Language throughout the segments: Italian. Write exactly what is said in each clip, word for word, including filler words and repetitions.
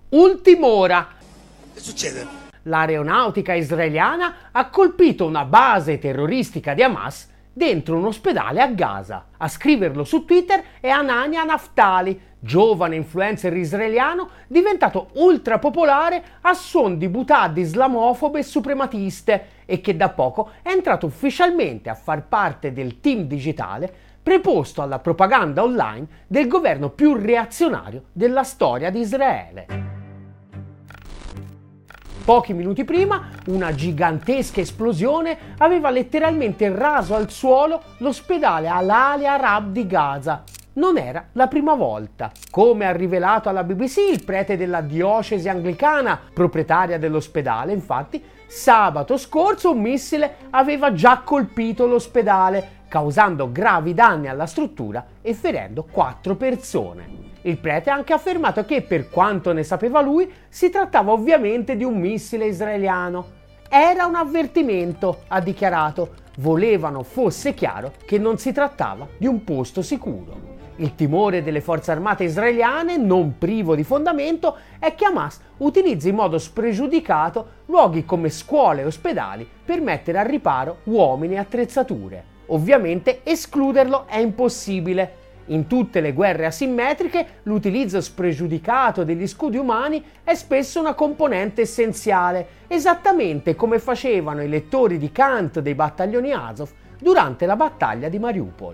Ultim'ora. Che succede? L'aeronautica israeliana ha colpito una base terroristica di Hamas dentro un ospedale a Gaza. A scriverlo su Twitter è Hanania Naftali, giovane influencer israeliano diventato ultra popolare a suon di boutade islamofobe e suprematiste e che da poco è entrato ufficialmente a far parte del team digitale preposto alla propaganda online del governo più reazionario della storia di Israele. Pochi minuti prima, una gigantesca esplosione aveva letteralmente raso al suolo l'ospedale Al-Ali Arab di Gaza. Non era la prima volta. Come ha rivelato alla B B C il prete della diocesi anglicana, proprietaria dell'ospedale, infatti, sabato scorso un missile aveva già colpito l'ospedale, causando gravi danni alla struttura e ferendo quattro persone. Il prete ha anche affermato che, per quanto ne sapeva lui, si trattava ovviamente di un missile israeliano. Era un avvertimento, ha dichiarato. Volevano fosse chiaro che non si trattava di un posto sicuro. Il timore delle forze armate israeliane, non privo di fondamento, è che Hamas utilizzi in modo spregiudicato luoghi come scuole e ospedali per mettere al riparo uomini e attrezzature. Ovviamente escluderlo è impossibile. In tutte le guerre asimmetriche l'utilizzo spregiudicato degli scudi umani è spesso una componente essenziale, esattamente come facevano i lettori di Kant dei battaglioni Azov durante la battaglia di Mariupol.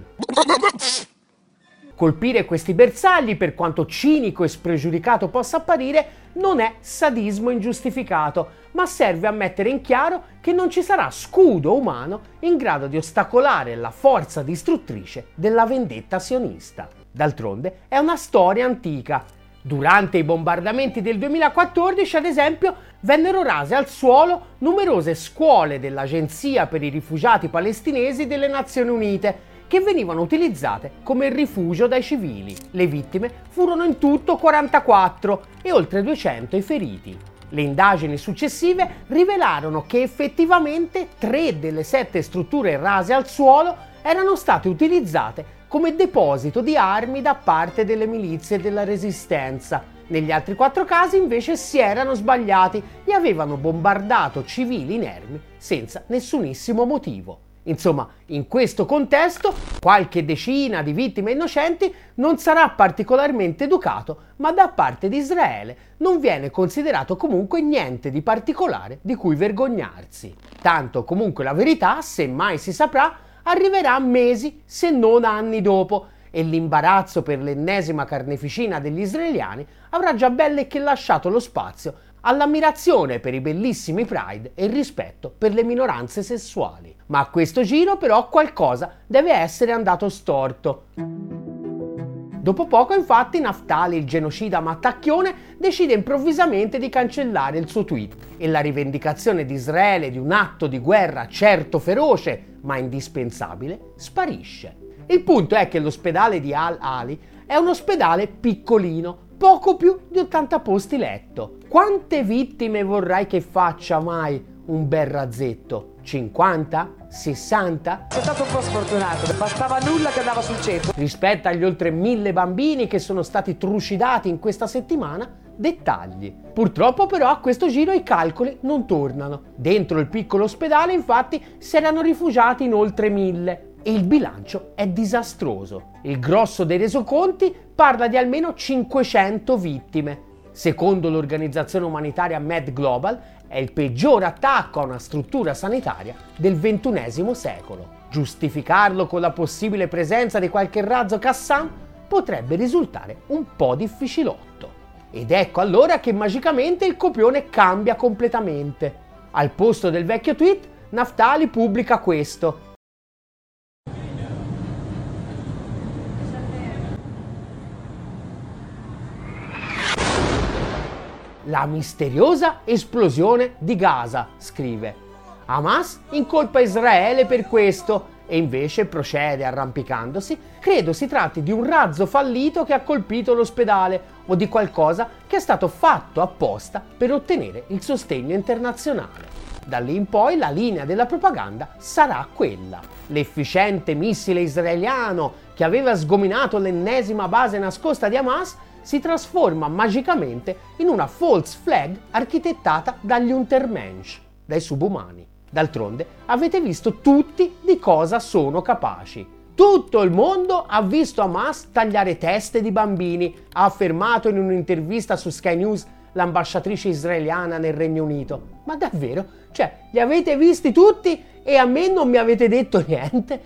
Colpire questi bersagli, per quanto cinico e spregiudicato possa apparire, non è sadismo ingiustificato, ma serve a mettere in chiaro che non ci sarà scudo umano in grado di ostacolare la forza distruttrice della vendetta sionista. D'altronde è una storia antica. Durante i bombardamenti del duemilaquattordici, ad esempio, vennero rase al suolo numerose scuole dell'Agenzia per i rifugiati palestinesi delle Nazioni Unite, che venivano utilizzate come rifugio dai civili. Le vittime furono in tutto quarantaquattro e oltre duecento i feriti. Le indagini successive rivelarono che effettivamente tre delle sette strutture rase al suolo erano state utilizzate come deposito di armi da parte delle milizie della resistenza. Negli altri quattro casi invece si erano sbagliati e avevano bombardato civili inermi senza nessunissimo motivo. Insomma, in questo contesto, qualche decina di vittime innocenti non sarà particolarmente educato, ma da parte di Israele non viene considerato comunque niente di particolare di cui vergognarsi. Tanto comunque la verità, se mai si saprà, arriverà mesi se non anni dopo e l'imbarazzo per l'ennesima carneficina degli israeliani avrà già belle che lasciato lo spazio all'ammirazione per i bellissimi Pride e il rispetto per le minoranze sessuali. Ma a questo giro però qualcosa deve essere andato storto. Dopo poco infatti Naftali, il genocida mattacchione, decide improvvisamente di cancellare il suo tweet e la rivendicazione di Israele di un atto di guerra certo feroce ma indispensabile sparisce. Il punto è che l'ospedale di Al-Ali è un ospedale piccolino, poco più di ottanta posti letto. Quante vittime vorrai che faccia mai un bel razzetto? cinquanta? sessanta? Sei stato un po' sfortunato, non bastava nulla che andava sul centro. Rispetto agli oltre mille bambini che sono stati trucidati in questa settimana, dettagli. Purtroppo però a questo giro i calcoli non tornano. Dentro il piccolo ospedale infatti si erano rifugiati in oltre mille. E il bilancio è disastroso. Il grosso dei resoconti parla di almeno cinquecento vittime. Secondo l'organizzazione umanitaria Med Global, è il peggior attacco a una struttura sanitaria del ventunesimo secolo. Giustificarlo con la possibile presenza di qualche razzo Qassam potrebbe risultare un po' difficilotto. Ed ecco allora che magicamente il copione cambia completamente. Al posto del vecchio tweet, Naftali pubblica questo. La misteriosa esplosione di Gaza, scrive. Hamas incolpa Israele per questo e invece procede arrampicandosi. Credo si tratti di un razzo fallito che ha colpito l'ospedale o di qualcosa che è stato fatto apposta per ottenere il sostegno internazionale. Da lì in poi la linea della propaganda sarà quella. L'efficiente missile israeliano che aveva sgominato l'ennesima base nascosta di Hamas si trasforma magicamente in una false flag architettata dagli Untermensch, dai subumani. D'altronde avete visto tutti di cosa sono capaci. Tutto il mondo ha visto Hamas tagliare teste di bambini, ha affermato in un'intervista su Sky News l'ambasciatrice israeliana nel Regno Unito. Ma davvero? Cioè, li avete visti tutti e a me non mi avete detto niente?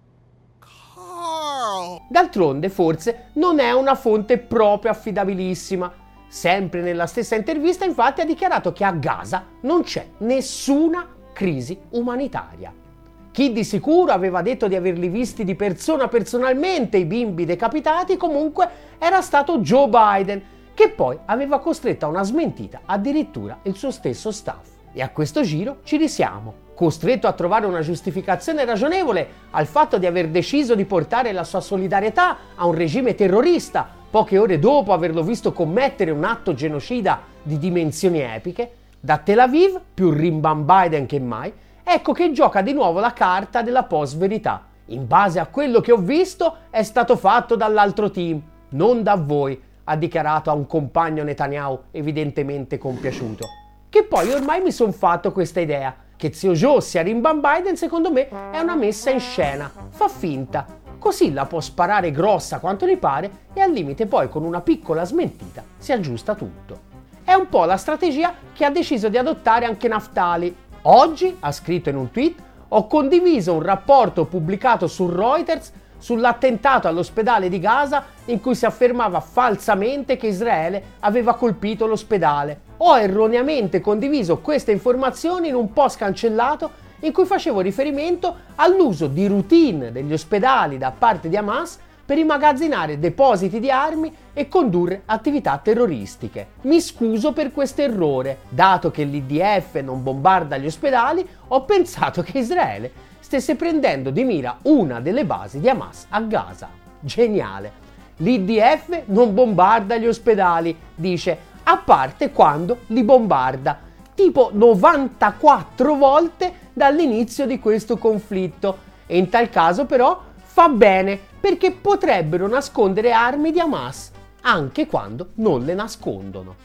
D'altronde forse non è una fonte proprio affidabilissima. Sempre nella stessa intervista infatti ha dichiarato che a Gaza non c'è nessuna crisi umanitaria. Chi di sicuro aveva detto di averli visti di persona personalmente i bimbi decapitati comunque era stato Joe Biden, che poi aveva costretto a una smentita addirittura il suo stesso staff. E a questo giro ci risiamo, costretto a trovare una giustificazione ragionevole al fatto di aver deciso di portare la sua solidarietà a un regime terrorista poche ore dopo averlo visto commettere un atto genocida di dimensioni epiche. Da Tel Aviv, più rimban Biden che mai, ecco che gioca di nuovo la carta della post-verità. In base a quello che ho visto è stato fatto dall'altro team, non da voi, ha dichiarato a un compagno Netanyahu evidentemente compiaciuto. Che poi ormai mi son fatto questa idea, che zio Joe sia rimban Biden secondo me è una messa in scena, fa finta, così la può sparare grossa quanto gli pare e al limite poi con una piccola smentita si aggiusta tutto. È un po' la strategia che ha deciso di adottare anche Naftali. Oggi, ha scritto in un tweet, ho condiviso un rapporto pubblicato su Reuters sull'attentato all'ospedale di Gaza in cui si affermava falsamente che Israele aveva colpito l'ospedale. Ho erroneamente condiviso queste informazioni in un post cancellato in cui facevo riferimento all'uso di routine degli ospedali da parte di Hamas per immagazzinare depositi di armi e condurre attività terroristiche. Mi scuso per questo errore. Dato che l'I D F non bombarda gli ospedali, ho pensato che Israele stesse prendendo di mira una delle basi di Hamas a Gaza. Geniale. L'I D F non bombarda gli ospedali, dice, a parte quando li bombarda, tipo novantaquattro volte dall'inizio di questo conflitto. E in tal caso però fa bene, perché potrebbero nascondere armi di Hamas, anche quando non le nascondono.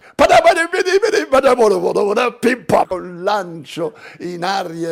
Un lancio in aria.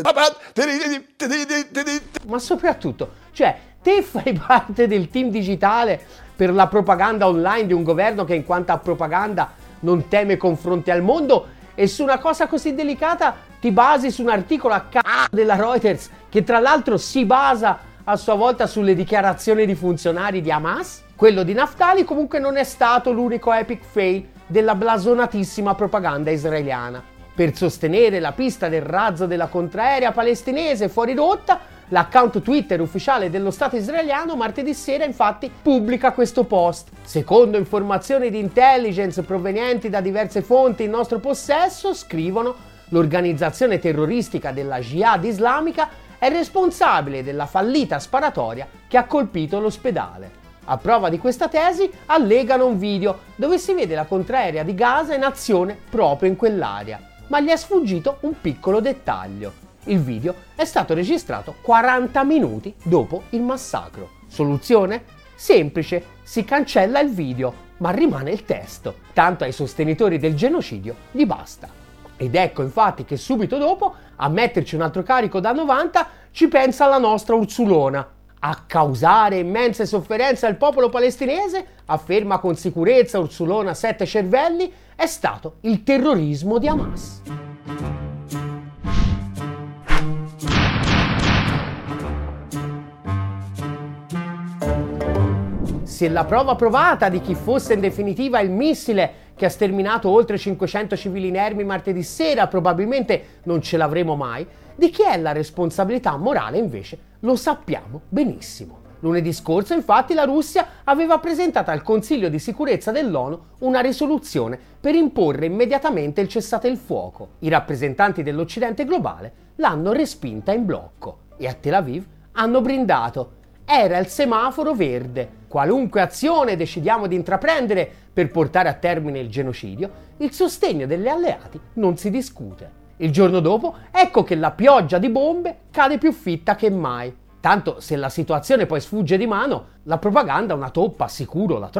Ma soprattutto, cioè, te fai parte del team digitale per la propaganda online di un governo che in quanto a propaganda non teme confronti al mondo e su una cosa così delicata ti basi su un articolo a c***o della Reuters che tra l'altro si basa a sua volta sulle dichiarazioni di funzionari di Hamas? Quello di Naftali comunque non è stato l'unico epic fail della blasonatissima propaganda israeliana. Per sostenere la pista del razzo della contraerea palestinese fuori rotta, l'account Twitter ufficiale dello Stato israeliano martedì sera infatti pubblica questo post. Secondo informazioni di intelligence provenienti da diverse fonti in nostro possesso, scrivono, l'organizzazione terroristica della Jihad islamica è responsabile della fallita sparatoria che ha colpito l'ospedale. A prova di questa tesi allegano un video dove si vede la contraerea di Gaza in azione proprio in quell'area, ma gli è sfuggito un piccolo dettaglio. Il video è stato registrato quaranta minuti dopo il massacro. Soluzione? Semplice, si cancella il video, ma rimane il testo. Tanto ai sostenitori del genocidio gli basta. Ed ecco infatti che subito dopo, a metterci un altro carico da novanta, ci pensa la nostra Ursulona. A causare immense sofferenze al popolo palestinese, afferma con sicurezza Ursulona Sette Cervelli, è stato il terrorismo di Hamas. Se la prova provata di chi fosse in definitiva il missile che ha sterminato oltre cinquecento civili inermi martedì sera probabilmente non ce l'avremo mai, di chi è la responsabilità morale invece lo sappiamo benissimo. Lunedì scorso infatti la Russia aveva presentato al Consiglio di sicurezza dell'ONU una risoluzione per imporre immediatamente il cessate il fuoco. I rappresentanti dell'Occidente globale l'hanno respinta in blocco e a Tel Aviv hanno brindato. Era il semaforo verde. Qualunque azione decidiamo di intraprendere per portare a termine il genocidio, il sostegno degli alleati non si discute. Il giorno dopo, ecco che la pioggia di bombe cade più fitta che mai. Tanto se la situazione poi sfugge di mano, la propaganda una toppa sicuro la trova.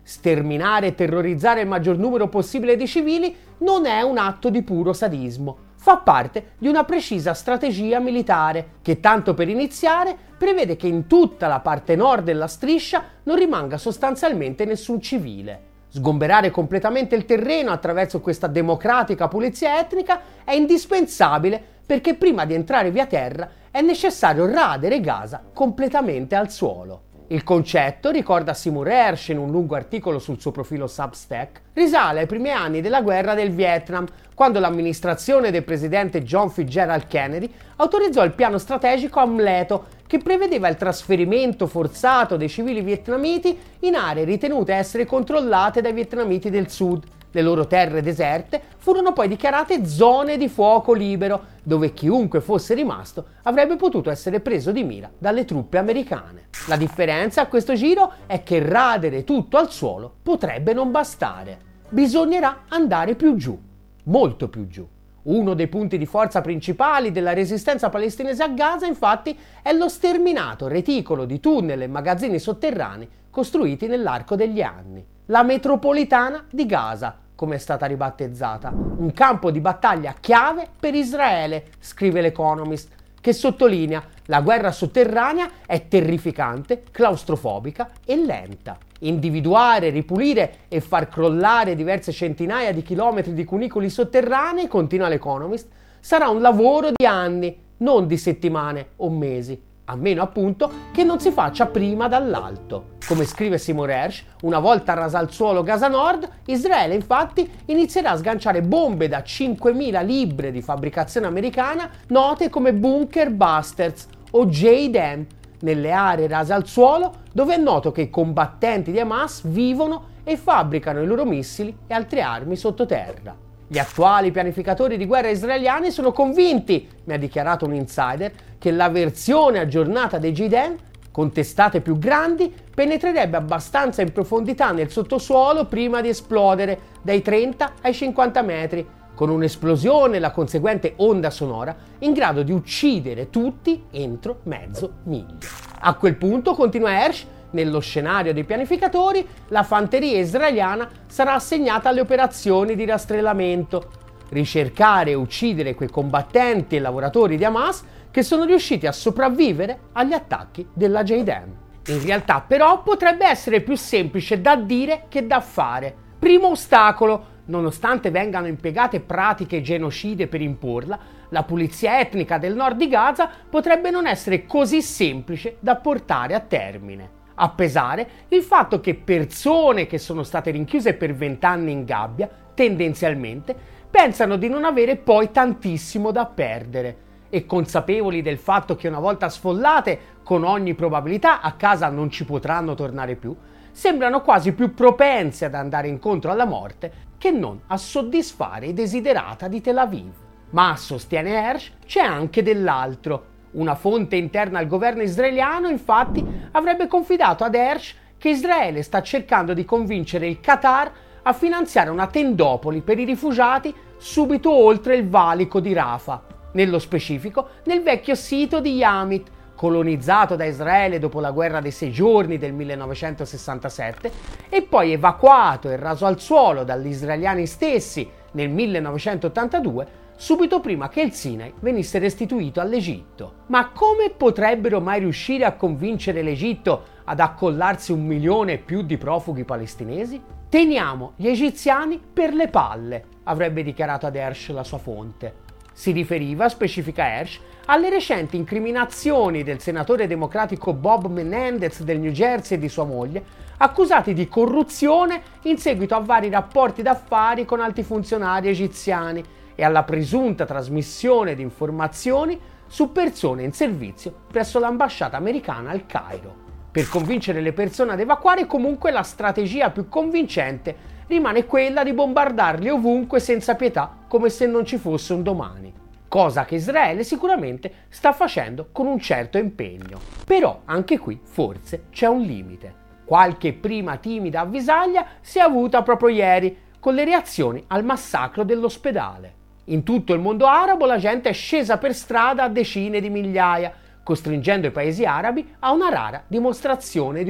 sterminare e terrorizzare il maggior numero possibile di civili non è un atto di puro sadismo. Fa parte di una precisa strategia militare che, tanto per iniziare, prevede che in tutta la parte nord della striscia non rimanga sostanzialmente nessun civile. Sgomberare completamente il terreno attraverso questa democratica pulizia etnica è indispensabile perché prima di entrare via terra è necessario radere Gaza completamente al suolo. Il concetto, ricorda Seymour Hersh in un lungo articolo sul suo profilo Substack, risale ai primi anni della guerra del Vietnam, quando l'amministrazione del presidente John Fitzgerald Kennedy autorizzò il piano strategico Amleto, che prevedeva il trasferimento forzato dei civili vietnamiti in aree ritenute essere controllate dai vietnamiti del sud. Le loro terre deserte furono poi dichiarate zone di fuoco libero, dove chiunque fosse rimasto avrebbe potuto essere preso di mira dalle truppe americane. La differenza a questo giro è che radere tutto al suolo potrebbe non bastare. Bisognerà andare più giù, molto più giù. Uno dei punti di forza principali della resistenza palestinese a Gaza, infatti, è lo sterminato reticolo di tunnel e magazzini sotterranei costruiti nell'arco degli anni. La metropolitana di Gaza, come è stata ribattezzata, un campo di battaglia chiave per Israele, scrive l'Economist, che sottolinea: la guerra sotterranea è terrificante, claustrofobica e lenta. Individuare, ripulire e far crollare diverse centinaia di chilometri di cunicoli sotterranei, continua l'Economist, sarà un lavoro di anni, non di settimane o mesi, a meno appunto che non si faccia prima dall'alto. Come scrive Seymour Hersh, una volta rasa al suolo Gaza Nord, Israele infatti inizierà a sganciare bombe da cinquemila libbre di fabbricazione americana note come Bunker Busters o J D A M, nelle aree rase al suolo dove è noto che i combattenti di Hamas vivono e fabbricano i loro missili e altre armi sottoterra. Gli attuali pianificatori di guerra israeliani sono convinti, mi ha dichiarato un insider, che la versione aggiornata dei J D A M, con testate più grandi, penetrerebbe abbastanza in profondità nel sottosuolo prima di esplodere dai trenta ai cinquanta metri, con un'esplosione e la conseguente onda sonora in grado di uccidere tutti entro mezzo miglio. A quel punto, continua Hersh, nello scenario dei pianificatori, la fanteria israeliana sarà assegnata alle operazioni di rastrellamento, ricercare e uccidere quei combattenti e lavoratori di Hamas che sono riusciti a sopravvivere agli attacchi della J D A M. In realtà però potrebbe essere più semplice da dire che da fare. Primo ostacolo: nonostante vengano impiegate pratiche genocide per imporla, la pulizia etnica del nord di Gaza potrebbe non essere così semplice da portare a termine. A pesare il fatto che persone che sono state rinchiuse per vent'anni in gabbia, tendenzialmente, pensano di non avere poi tantissimo da perdere e, consapevoli del fatto che una volta sfollate, con ogni probabilità a casa non ci potranno tornare più, sembrano quasi più propense ad andare incontro alla morte che non a soddisfare i desiderata di Tel Aviv. Ma, sostiene Hersh, c'è anche dell'altro. Una fonte interna al governo israeliano, infatti, avrebbe confidato ad Hersh che Israele sta cercando di convincere il Qatar a finanziare una tendopoli per i rifugiati subito oltre il valico di Rafah, nello specifico nel vecchio sito di Yamit, colonizzato da Israele dopo la guerra dei sei giorni del millenovecentosessantasette e poi evacuato e raso al suolo dagli israeliani stessi nel millenovecentottantadue, subito prima che il Sinai venisse restituito all'Egitto. Ma come potrebbero mai riuscire a convincere l'Egitto ad accollarsi un milione e più di profughi palestinesi? Teniamo gli egiziani per le palle, avrebbe dichiarato ad Hersh la sua fonte. Si riferiva, specifica Hersh, alle recenti incriminazioni del senatore democratico Bob Menendez del New Jersey e di sua moglie, accusati di corruzione in seguito a vari rapporti d'affari con alti funzionari egiziani e alla presunta trasmissione di informazioni su persone in servizio presso l'ambasciata americana al Cairo. Per convincere le persone ad evacuare, comunque, la strategia più convincente rimane quella di bombardarli ovunque senza pietà, come se non ci fosse un domani. Cosa che Israele sicuramente sta facendo con un certo impegno. Però anche qui forse c'è un limite. Qualche prima timida avvisaglia si è avuta proprio ieri, con le reazioni al massacro dell'ospedale. In tutto il mondo arabo la gente è scesa per strada a decine di migliaia, costringendo i paesi arabi a una rara dimostrazione di unità.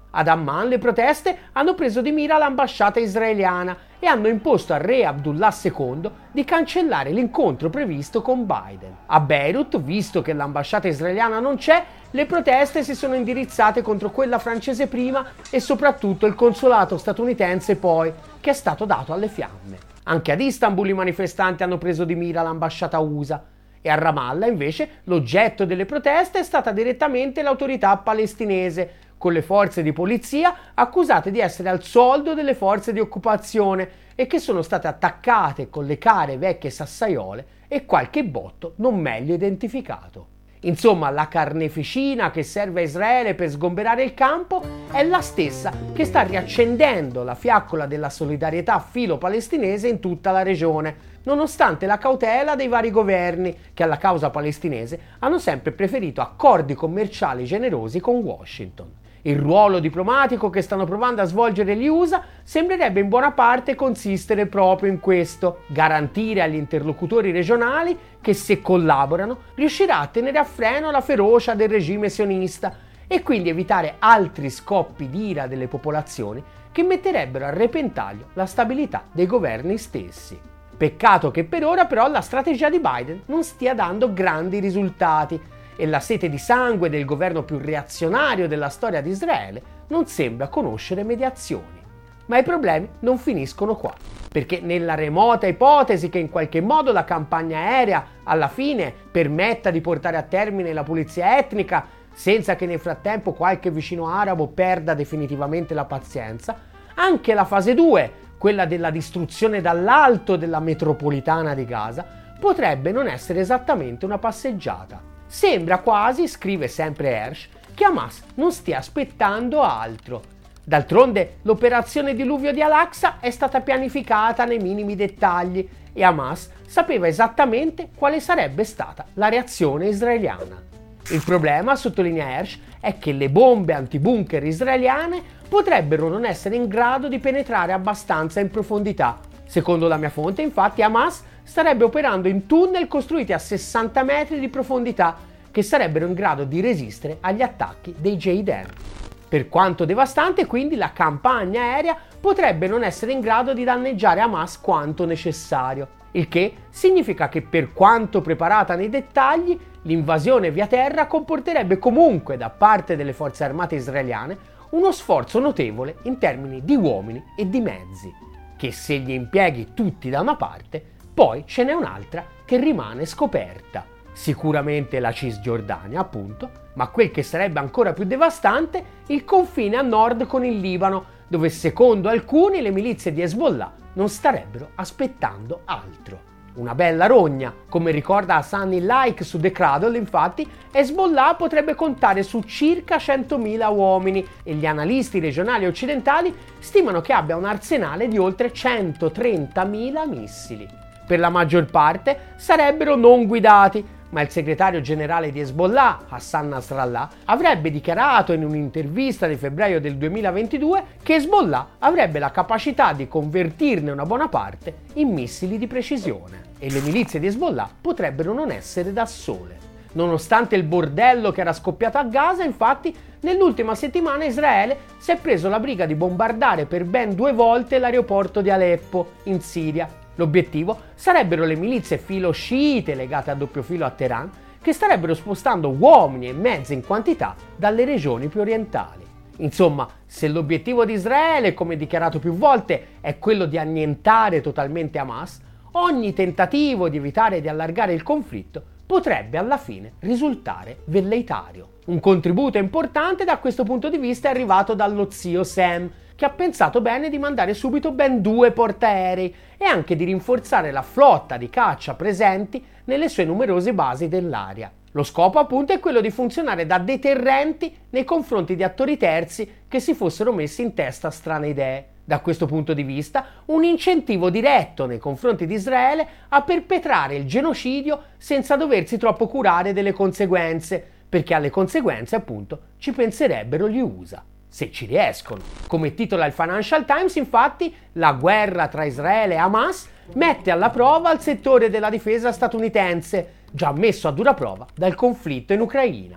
Ad Amman le proteste hanno preso di mira l'ambasciata israeliana e hanno imposto al re Abdullah secondo di cancellare l'incontro previsto con Biden. A Beirut, visto che l'ambasciata israeliana non c'è, le proteste si sono indirizzate contro quella francese prima e soprattutto il consolato statunitense poi, che è stato dato alle fiamme. Anche ad Istanbul i manifestanti hanno preso di mira l'ambasciata U S A. E a Ramallah, invece, l'oggetto delle proteste è stata direttamente l'autorità palestinese, con le forze di polizia accusate di essere al soldo delle forze di occupazione e che sono state attaccate con le care vecchie sassaiole e qualche botto non meglio identificato. Insomma, la carneficina che serve a Israele per sgomberare il campo è la stessa che sta riaccendendo la fiaccola della solidarietà filo-palestinese in tutta la regione, nonostante la cautela dei vari governi che alla causa palestinese hanno sempre preferito accordi commerciali generosi con Washington. Il ruolo diplomatico che stanno provando a svolgere gli U S A sembrerebbe in buona parte consistere proprio in questo: garantire agli interlocutori regionali che, se collaborano, riuscirà a tenere a freno la ferocia del regime sionista e quindi evitare altri scoppi d'ira delle popolazioni che metterebbero a repentaglio la stabilità dei governi stessi. Peccato che per ora però la strategia di Biden non stia dando grandi risultati e la sete di sangue del governo più reazionario della storia di Israele non sembra conoscere mediazioni. Ma i problemi non finiscono qua, perché nella remota ipotesi che in qualche modo la campagna aerea alla fine permetta di portare a termine la pulizia etnica senza che nel frattempo qualche vicino arabo perda definitivamente la pazienza, anche la fase due, quella della distruzione dall'alto della metropolitana di Gaza, potrebbe non essere esattamente una passeggiata. Sembra quasi, scrive sempre Hersh, che Hamas non stia aspettando altro. D'altronde l'operazione diluvio di Al-Aqsa è stata pianificata nei minimi dettagli e Hamas sapeva esattamente quale sarebbe stata la reazione israeliana. Il problema, sottolinea Hersh, è che le bombe antibunker israeliane potrebbero non essere in grado di penetrare abbastanza in profondità. Secondo la mia fonte, infatti, Hamas starebbe operando in tunnel costruiti a sessanta metri di profondità che sarebbero in grado di resistere agli attacchi dei J D A M. Per quanto devastante, quindi, la campagna aerea potrebbe non essere in grado di danneggiare Hamas quanto necessario, il che significa che, per quanto preparata nei dettagli, l'invasione via terra comporterebbe comunque da parte delle forze armate israeliane uno sforzo notevole in termini di uomini e di mezzi, che se li impieghi tutti da una parte, poi ce n'è un'altra che rimane scoperta. Sicuramente la Cisgiordania, appunto, ma quel che sarebbe ancora più devastante, il confine a nord con il Libano, dove secondo alcuni le milizie di Hezbollah non starebbero aspettando altro. Una bella rogna, come ricorda Hassan il-Laik su The Cradle, infatti, Hezbollah potrebbe contare su circa centomila uomini e gli analisti regionali occidentali stimano che abbia un arsenale di oltre centotrentamila missili. Per la maggior parte sarebbero non guidati, ma il segretario generale di Hezbollah, Hassan Nasrallah, avrebbe dichiarato in un'intervista di febbraio del duemilaventidue che Hezbollah avrebbe la capacità di convertirne una buona parte in missili di precisione e le milizie di Hezbollah potrebbero non essere da sole. Nonostante il bordello che era scoppiato a Gaza, infatti, nell'ultima settimana Israele si è preso la briga di bombardare per ben due volte l'aeroporto di Aleppo, in Siria. L'obiettivo sarebbero le milizie filo-sciite legate a doppio filo a Teheran, che starebbero spostando uomini e mezzi in quantità dalle regioni più orientali. Insomma, se l'obiettivo di Israele, come dichiarato più volte, è quello di annientare totalmente Hamas, ogni tentativo di evitare di allargare il conflitto potrebbe alla fine risultare velleitario. Un contributo importante da questo punto di vista è arrivato dallo zio Sam, che ha pensato bene di mandare subito ben due portaerei e anche di rinforzare la flotta di caccia presenti nelle sue numerose basi dell'area. Lo scopo, appunto, è quello di funzionare da deterrenti nei confronti di attori terzi che si fossero messi in testa strane idee. Da questo punto di vista, un incentivo diretto nei confronti di Israele a perpetrare il genocidio senza doversi troppo curare delle conseguenze, perché alle conseguenze, appunto, ci penserebbero gli U S A. Se ci riescono. Come titola il Financial Times, infatti, la guerra tra Israele e Hamas mette alla prova il settore della difesa statunitense, già messo a dura prova dal conflitto in Ucraina.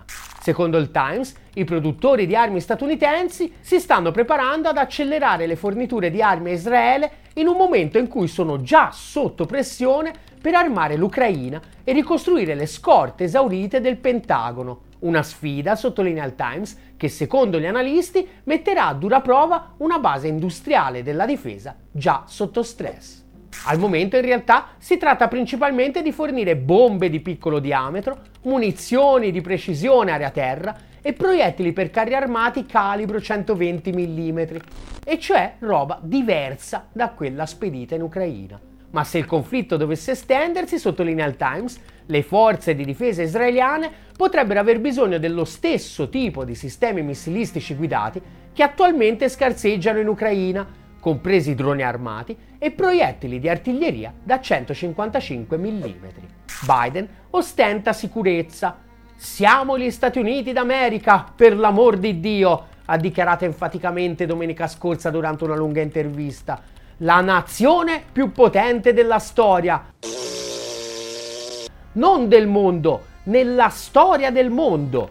Secondo il Times, i produttori di armi statunitensi si stanno preparando ad accelerare le forniture di armi a Israele in un momento in cui sono già sotto pressione per armare l'Ucraina e ricostruire le scorte esaurite del Pentagono. Una sfida, sottolinea il Times, che secondo gli analisti metterà a dura prova una base industriale della difesa già sotto stress. Al momento in realtà si tratta principalmente di fornire bombe di piccolo diametro, munizioni di precisione aria-terra e proiettili per carri armati calibro centoventi millimetri, e cioè roba diversa da quella spedita in Ucraina. Ma se il conflitto dovesse estendersi, sottolinea il Times, le forze di difesa israeliane potrebbero aver bisogno dello stesso tipo di sistemi missilistici guidati che attualmente scarseggiano in Ucraina, compresi droni armati e proiettili di artiglieria da centocinquantacinque millimetri. Biden ostenta sicurezza. Siamo gli Stati Uniti d'America, per l'amor di Dio, ha dichiarato enfaticamente domenica scorsa durante una lunga intervista. La nazione più potente della storia. Non del mondo, nella storia del mondo.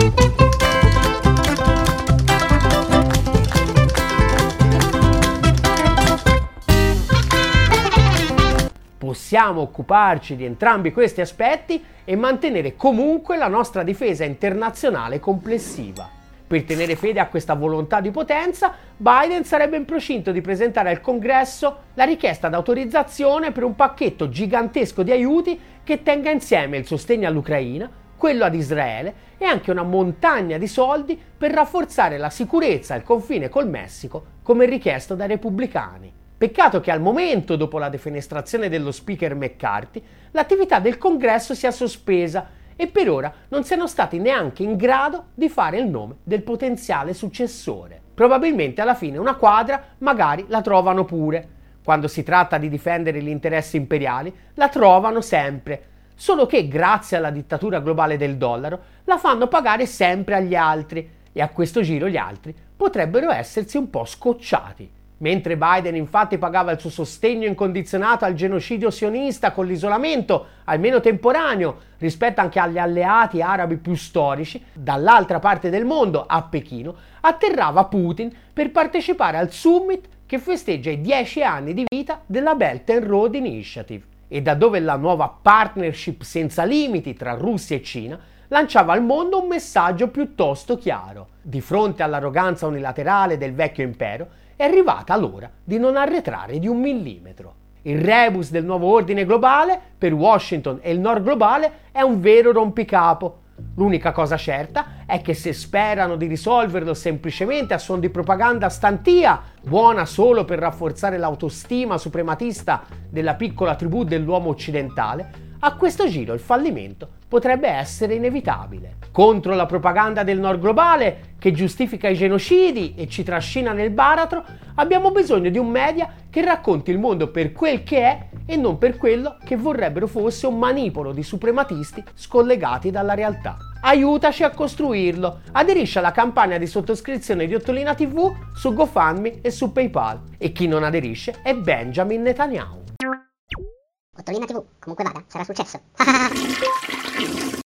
Possiamo occuparci di entrambi questi aspetti e mantenere comunque la nostra difesa internazionale complessiva. Per tenere fede a questa volontà di potenza, Biden sarebbe in procinto di presentare al Congresso la richiesta d'autorizzazione per un pacchetto gigantesco di aiuti che tenga insieme il sostegno all'Ucraina, quello ad Israele e anche una montagna di soldi per rafforzare la sicurezza al confine col Messico, come richiesto dai repubblicani. Peccato che al momento, dopo la defenestrazione dello speaker McCarthy, l'attività del Congresso sia sospesa e per ora non siano stati neanche in grado di fare il nome del potenziale successore. Probabilmente alla fine una quadra magari la trovano pure. Quando si tratta di difendere gli interessi imperiali, la trovano sempre. Solo che grazie alla dittatura globale del dollaro la fanno pagare sempre agli altri e a questo giro gli altri potrebbero essersi un po' scocciati. Mentre Biden infatti pagava il suo sostegno incondizionato al genocidio sionista con l'isolamento, almeno temporaneo, rispetto anche agli alleati arabi più storici, dall'altra parte del mondo, a Pechino, atterrava Putin per partecipare al summit che festeggia i dieci anni di vita della Belt and Road Initiative, e da dove la nuova partnership senza limiti tra Russia e Cina lanciava al mondo un messaggio piuttosto chiaro. Di fronte all'arroganza unilaterale del vecchio impero, è arrivata l'ora di non arretrare di un millimetro. Il rebus del nuovo ordine globale per Washington e il nord globale è un vero rompicapo. L'unica cosa certa è che se sperano di risolverlo semplicemente a suon di propaganda stantia, buona solo per rafforzare l'autostima suprematista della piccola tribù dell'uomo occidentale, a questo giro il fallimento potrebbe essere inevitabile. Contro la propaganda del nord globale, che giustifica i genocidi e ci trascina nel baratro, abbiamo bisogno di un media che racconti il mondo per quel che è e non per quello che vorrebbero fosse un manipolo di suprematisti scollegati dalla realtà. Aiutaci a costruirlo. Aderisci alla campagna di sottoscrizione di Ottolina tivù su GoFundMe e su PayPal. E chi non aderisce è Benjamin Netanyahu. Ottolina tivù, comunque vada, sarà successo.